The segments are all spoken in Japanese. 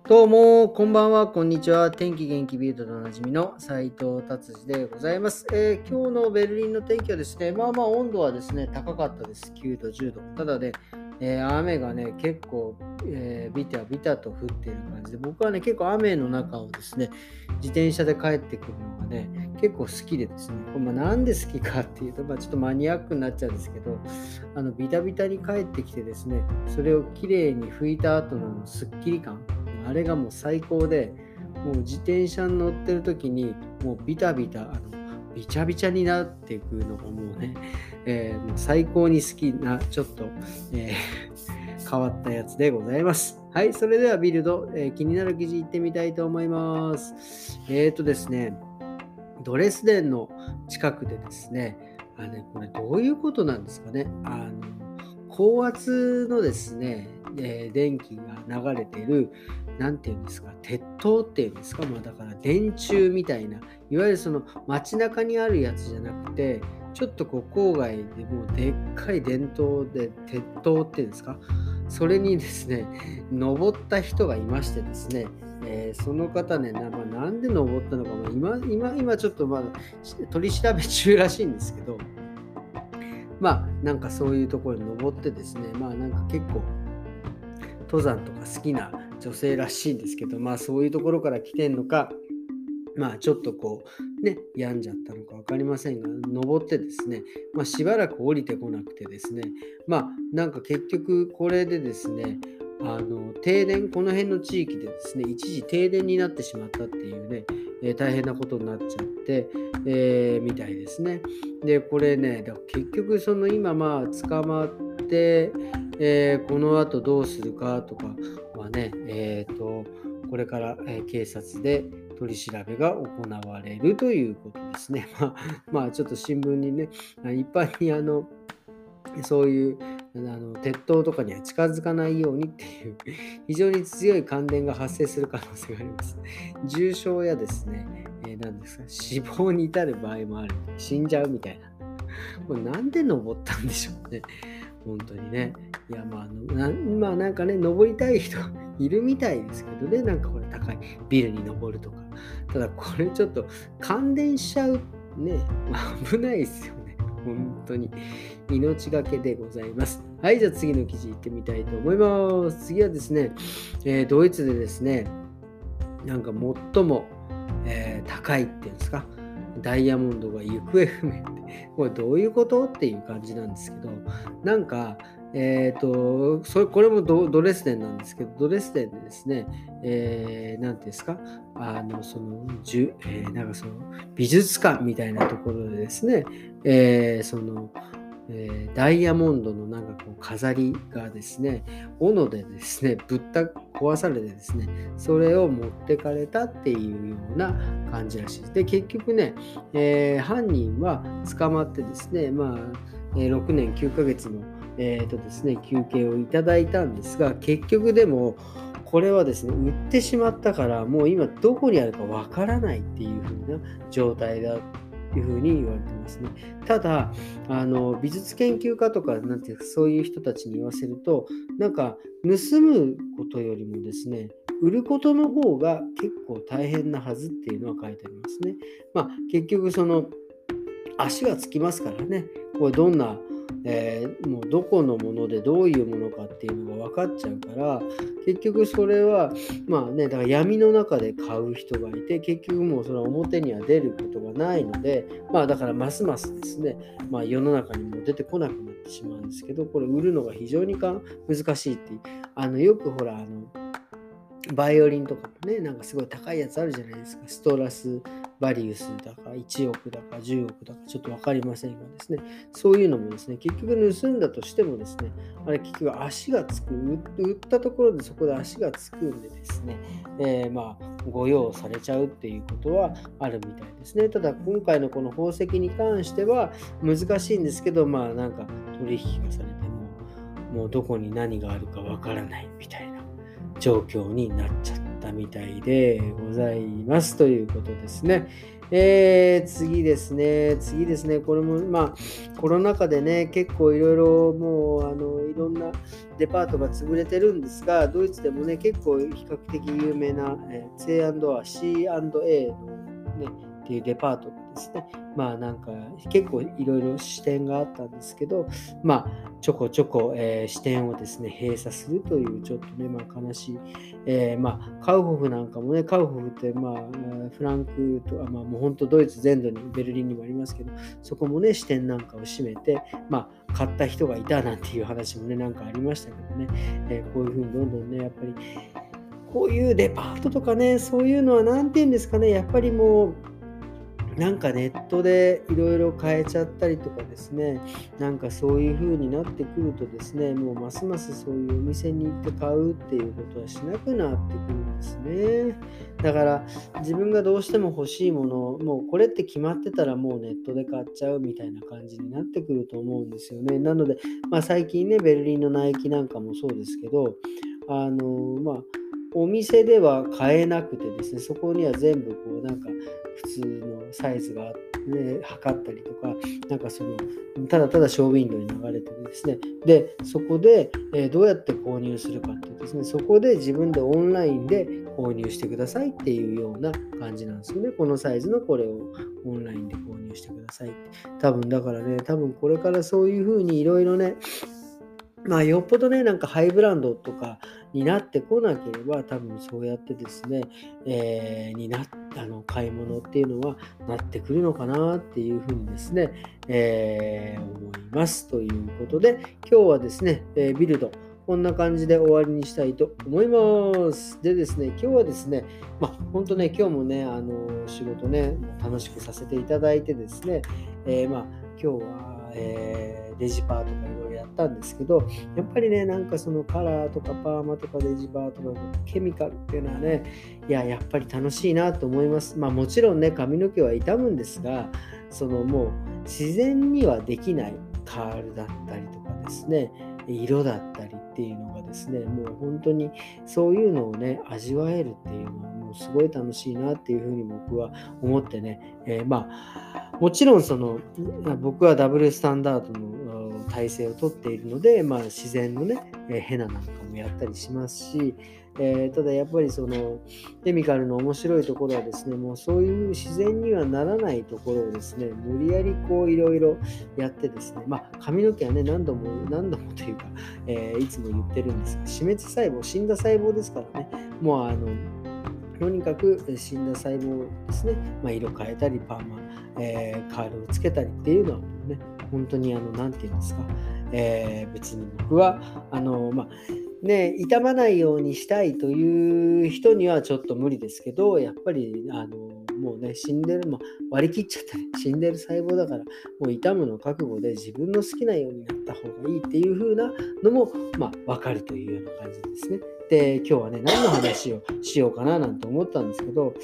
どうも、こんばんは、こんにちは。天気元気ビルドでおなじみの斉藤達治でございます。今日のベルリンの天気はですね、温度はですね、高かったです。9度、10度。ただね、雨がね、結構、ビタビタと降っている感じで、僕はね、結構雨の中をですね、自転車で帰ってくるのがね、結構好きでですね、なんで好きかっていうと、ちょっとマニアックになっちゃうんですけど、ビタビタに帰ってきてですね、それをきれいに拭いた後のスッキリ感、あれがもう最高で、もう自転車に乗ってる時にもうビタビタビチャビチャになっていくのがもうね、もう最高に好きなちょっと、変わったやつでございます。はい、それではビルド、気になる記事いってみたいと思います。ですね、ドレスデンの近くでですね、これどういうことなんですかね。高圧のですね、電気が流れている、なんていうんですか、鉄塔っていうんですか、だから電柱みたいな、いわゆるその街中にあるやつじゃなくて、ちょっと郊外でもうでっかい電灯で鉄塔っていうんですか、それにですね、登った人がいましてですね、その方ね、なんで登ったのか、今ちょっと取り調べ中らしいんですけど、なんかそういうところに登ってですね、なんか結構登山とか好きな女性らしいんですけど、そういうところから来てんのか、ちょっと病んじゃったのか分かりませんが、登ってですね、しばらく降りてこなくてですね、なんか結局これでですね、停電、この辺の地域でですね、一時停電になってしまったっていうね、大変なことになっちゃって、みたいですね。で、これね、だから結局その今捕まって、この後どうするかとかはね、これから、警察で取り調べが行われるということですね。ちょっと新聞にね、一般にそういう鉄塔とかには近づかないようにっていう非常に強い感電が発生する可能性があります。重傷やですね、何ですか、死亡に至る場合もある。死んじゃうみたいな。これなんで登ったんでしょうね。本当にね。いや、なんかね、登りたい人いるみたいですけどね、なんかこれ高いビルに登るとか。ただこれちょっと感電しちゃうね、危ないですよね。本当に。命がけでございます。はい、じゃあ次の記事いってみたいと思います。次はですね、ドイツでですね、なんか最も、高いっていうんですか、ダイヤモンドが行方不明って、これどういうことっていう感じなんですけど、なんか、これもドレスデンなんですけど、ドレスデンでですね、なんていうんですか、なんかその美術館みたいなところでですね、ダイヤモンドのなんか飾りがですね、斧でですね、壊されてですね、それを持ってかれたっていうような感じらしいです。で、結局ね、犯人は捕まってですね、6年9ヶ月の、ですね、休憩をいただいたんですが、結局でも、これはですね、売ってしまったから、もう今どこにあるかわからないっていう風な状態だというふうに言われてますね。ただ、美術研究家とか、なんていうか、そういう人たちに言わせると、なんか、盗むことよりもですね、売ることの方が結構大変なはずっていうのは書いてありますね。結局、足がつきますからね、これどんな、もうどこのものでどういうものかっていうのが分かっちゃうから、結局それはだから闇の中で買う人がいて、結局もうそれは表には出ることがないので、だからますますですね、世の中にも出てこなくなってしまうんですけど、これ売るのが非常に難しいっていう、よくほらバイオリンとかもね、なんかすごい高いやつあるじゃないですか。ストラスバリウスだか1億だか10億だかちょっと分かりませんがですね、そういうのもですね、結局盗んだとしてもですね、あれ結局足がつく、売ったところでそこで足がつくんでですね、ご用されちゃうっていうことはあるみたいですね。ただ今回のこの宝石に関しては難しいんですけど、なんか取引がされてもうどこに何があるか分からないみたいな状況になっちゃったみたいでございますということですね。 次ですね。これも、コロナ禍でね、結構いろいろもう、いろんなデパートが潰れてるんですが、ドイツでもね、結構比較的有名な、C&A のね、っていうデパートがですね、なんか結構いろいろ支店があったんですけど、ちょこちょこ、支店をですね、閉鎖するというちょっとね、悲しい、カウホフなんかもね、カウホフって、フランクと、もう本当ドイツ全土に、ベルリンにもありますけど、そこもね、支店なんかを閉めて、買った人がいたなんていう話もね、なんかありましたけどね、こういうふうにどんどんね、やっぱり、こういうデパートとかね、そういうのは何て言うんですかね、やっぱりもう、なんかネットでいろいろ買えちゃったりとかですね、なんかそういう風になってくるとですね、もうますますそういうお店に行って買うっていうことはしなくなってくるんですね。だから自分がどうしても欲しいもの、もうこれって決まってたらもうネットで買っちゃうみたいな感じになってくると思うんですよね。なので、最近ね、ベルリンのナイキなんかもそうですけど、あの、まあ、お店では買えなくてですね、そこには全部こうなんか普通のサイズがあって、測ったりとか、なんかただただショーウィンドウに流れてるですね。で、そこで、どうやって購入するかっていうとですね、そこで自分でオンラインで購入してくださいっていうような感じなんですよね。このサイズのこれをオンラインで購入してくださいって。多分だからね、これからそういうふうにいろいろね、よっぽどね、なんかハイブランドとかになってこなければ、多分そうやってですね、買い物っていうのはなってくるのかなっていうふうにですね、思います。ということで、今日はですね、ビルド、こんな感じで終わりにしたいと思います。でですね、今日はですね、本当ね、今日もね、仕事ね、楽しくさせていただいてですね、今日は、レジパーとかいろいろやったんですけど、やっぱりね、なんかそのカラーとかパーマとかレジパーとかケミカルっていうのはね、やっぱり楽しいなと思います。もちろんね、髪の毛は傷むんですが、もう自然にはできないカールだったりとかですね、色だったりっていうのがですね、もう本当にそういうのをね、味わえるっていうのはもうすごい楽しいなっていうふうに僕は思ってね、もちろん僕はダブルスタンダードの体制をとっているので、自然のね、ヘナなんかもやったりしますし、ただやっぱりケミカルの面白いところはですね、もうそういう自然にはならないところをですね、無理やりこういろいろやってですね、髪の毛はね、何度もというか、いつも言ってるんですが、死滅細胞、死んだ細胞ですからね、もうとにかく死んだ細胞ですね、色変えたり、パーマ、カールをつけたりっていうのはもうね、本当になんていうんですか、別に僕は傷まないようにしたいという人にはちょっと無理ですけど、やっぱりもうね、死んでる、割り切っちゃったり、死んでる細胞だから、もう傷むの覚悟で自分の好きなようになった方がいいっていう風なのも、分かるというような感じですね。で、今日はね、何の話をしようかななんて思ったんですけど、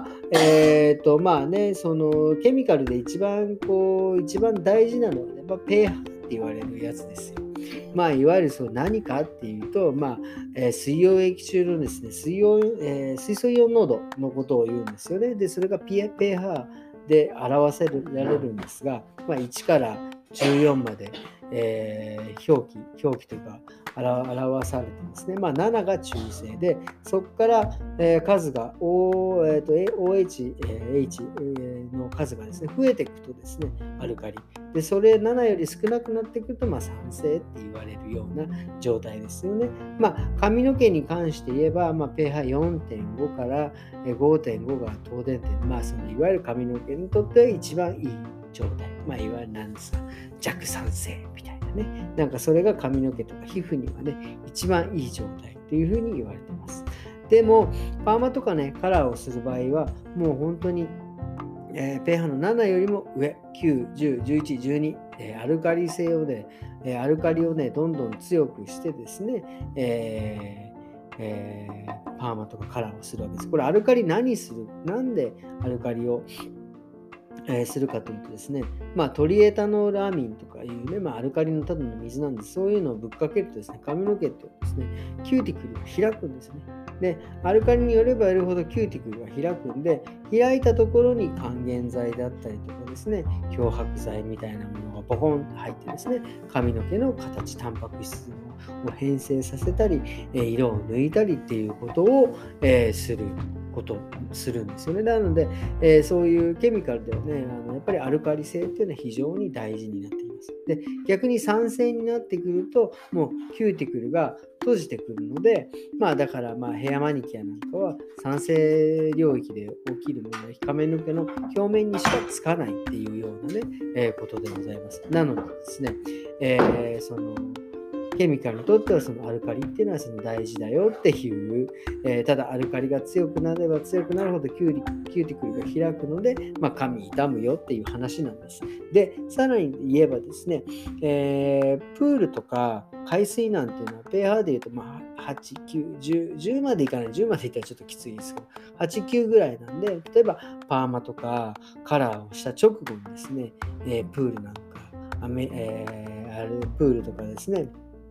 ケミカルで一番大事なのはね、pH って言われるやつですよ。いわゆる何かっていうと、水溶液中のですね、水素イオン濃度のことを言うんですよね。で、それが pH で表せられるんですが、1から14まで、表記というか表されてますね。7が中性で、そこから、数が、OH、H の数がですね、増えていくとですね、アルカリ。で、それ7より少なくなってくると、酸性って言われるような状態ですよね。髪の毛に関して言えば、pH4.5 から5.5が東電点、いわゆる髪の毛にとっては一番いい状態。いわゆるなんですか、弱酸性みたいなね。なんかそれが髪の毛とか皮膚にはね、一番いい状態というふうに言われてます。でも、パーマとかね、カラーをする場合は、もう本当にpH の7よりも上、9、10、11、12、アルカリ性をね、アルカリをね、どんどん強くしてですね、パーマとかカラーをするわけです。これアルカリ何する？なんでアルカリをするかというとですね、トリエタノールアミンとかいうね、アルカリのただの水なんです。そういうのをぶっかけるとですね、髪の毛ってですね、キューティクルが開くんですね。で、アルカリによればやるほどキューティクルが開くんで、開いたところに還元剤だったりとかですね、漂白剤みたいなものがポコンと入ってですね、髪の毛の形、タンパク質を変性させたり、色を抜いたりっていうことを、するんですよね。なので、そういうケミカルではね、やっぱりアルカリ性っていうのは非常に大事になっています。で、逆に酸性になってくると、もうキューティクルが閉じてくるので、だからヘアマニキュアなんかは酸性領域で起きるものは髪の毛の表面にしかつかないっていうようなね、ことでございます。なのでですね、そのケミカルにとってはそのアルカリっていうのはその大事だよっていう、ただアルカリが強くなれば強くなるほどキューティクルが開くので、髪傷むよっていう話なんです。で、さらに言えばですね、プールとか海水なんていうのは pH で言うと8、9、10までいかない、10までいったらちょっときついですけど、8、9ぐらいなんで、例えばパーマとかカラーをした直後にですね、プールなんか、プールとかですね、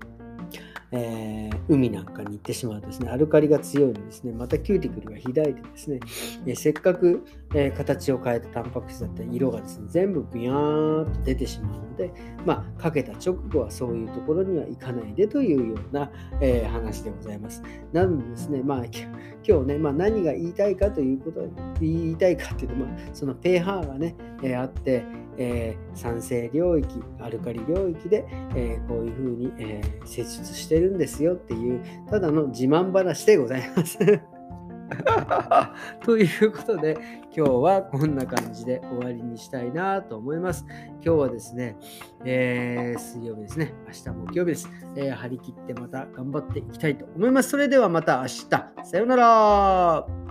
海なんかに行ってしまうとですね、アルカリが強いのですね、またキューティクルが開いてですね、せっかく、形を変えたタンパク質だったり色がですね、全部ビヤーンと出てしまうので、かけた直後はそういうところには行かないでというような、話でございます。なのでですね、今日ね、何が言いたいかということは、言いたいかというと、その pH がね、あって、酸性領域、アルカリ領域で、こういうふうに、施術してるんですよっていうただの自慢話でございます。ということで今日はこんな感じで終わりにしたいなと思います。今日はですね、水曜日ですね。明日木曜日です。張り切ってまた頑張っていきたいと思います。それではまた明日。さようなら。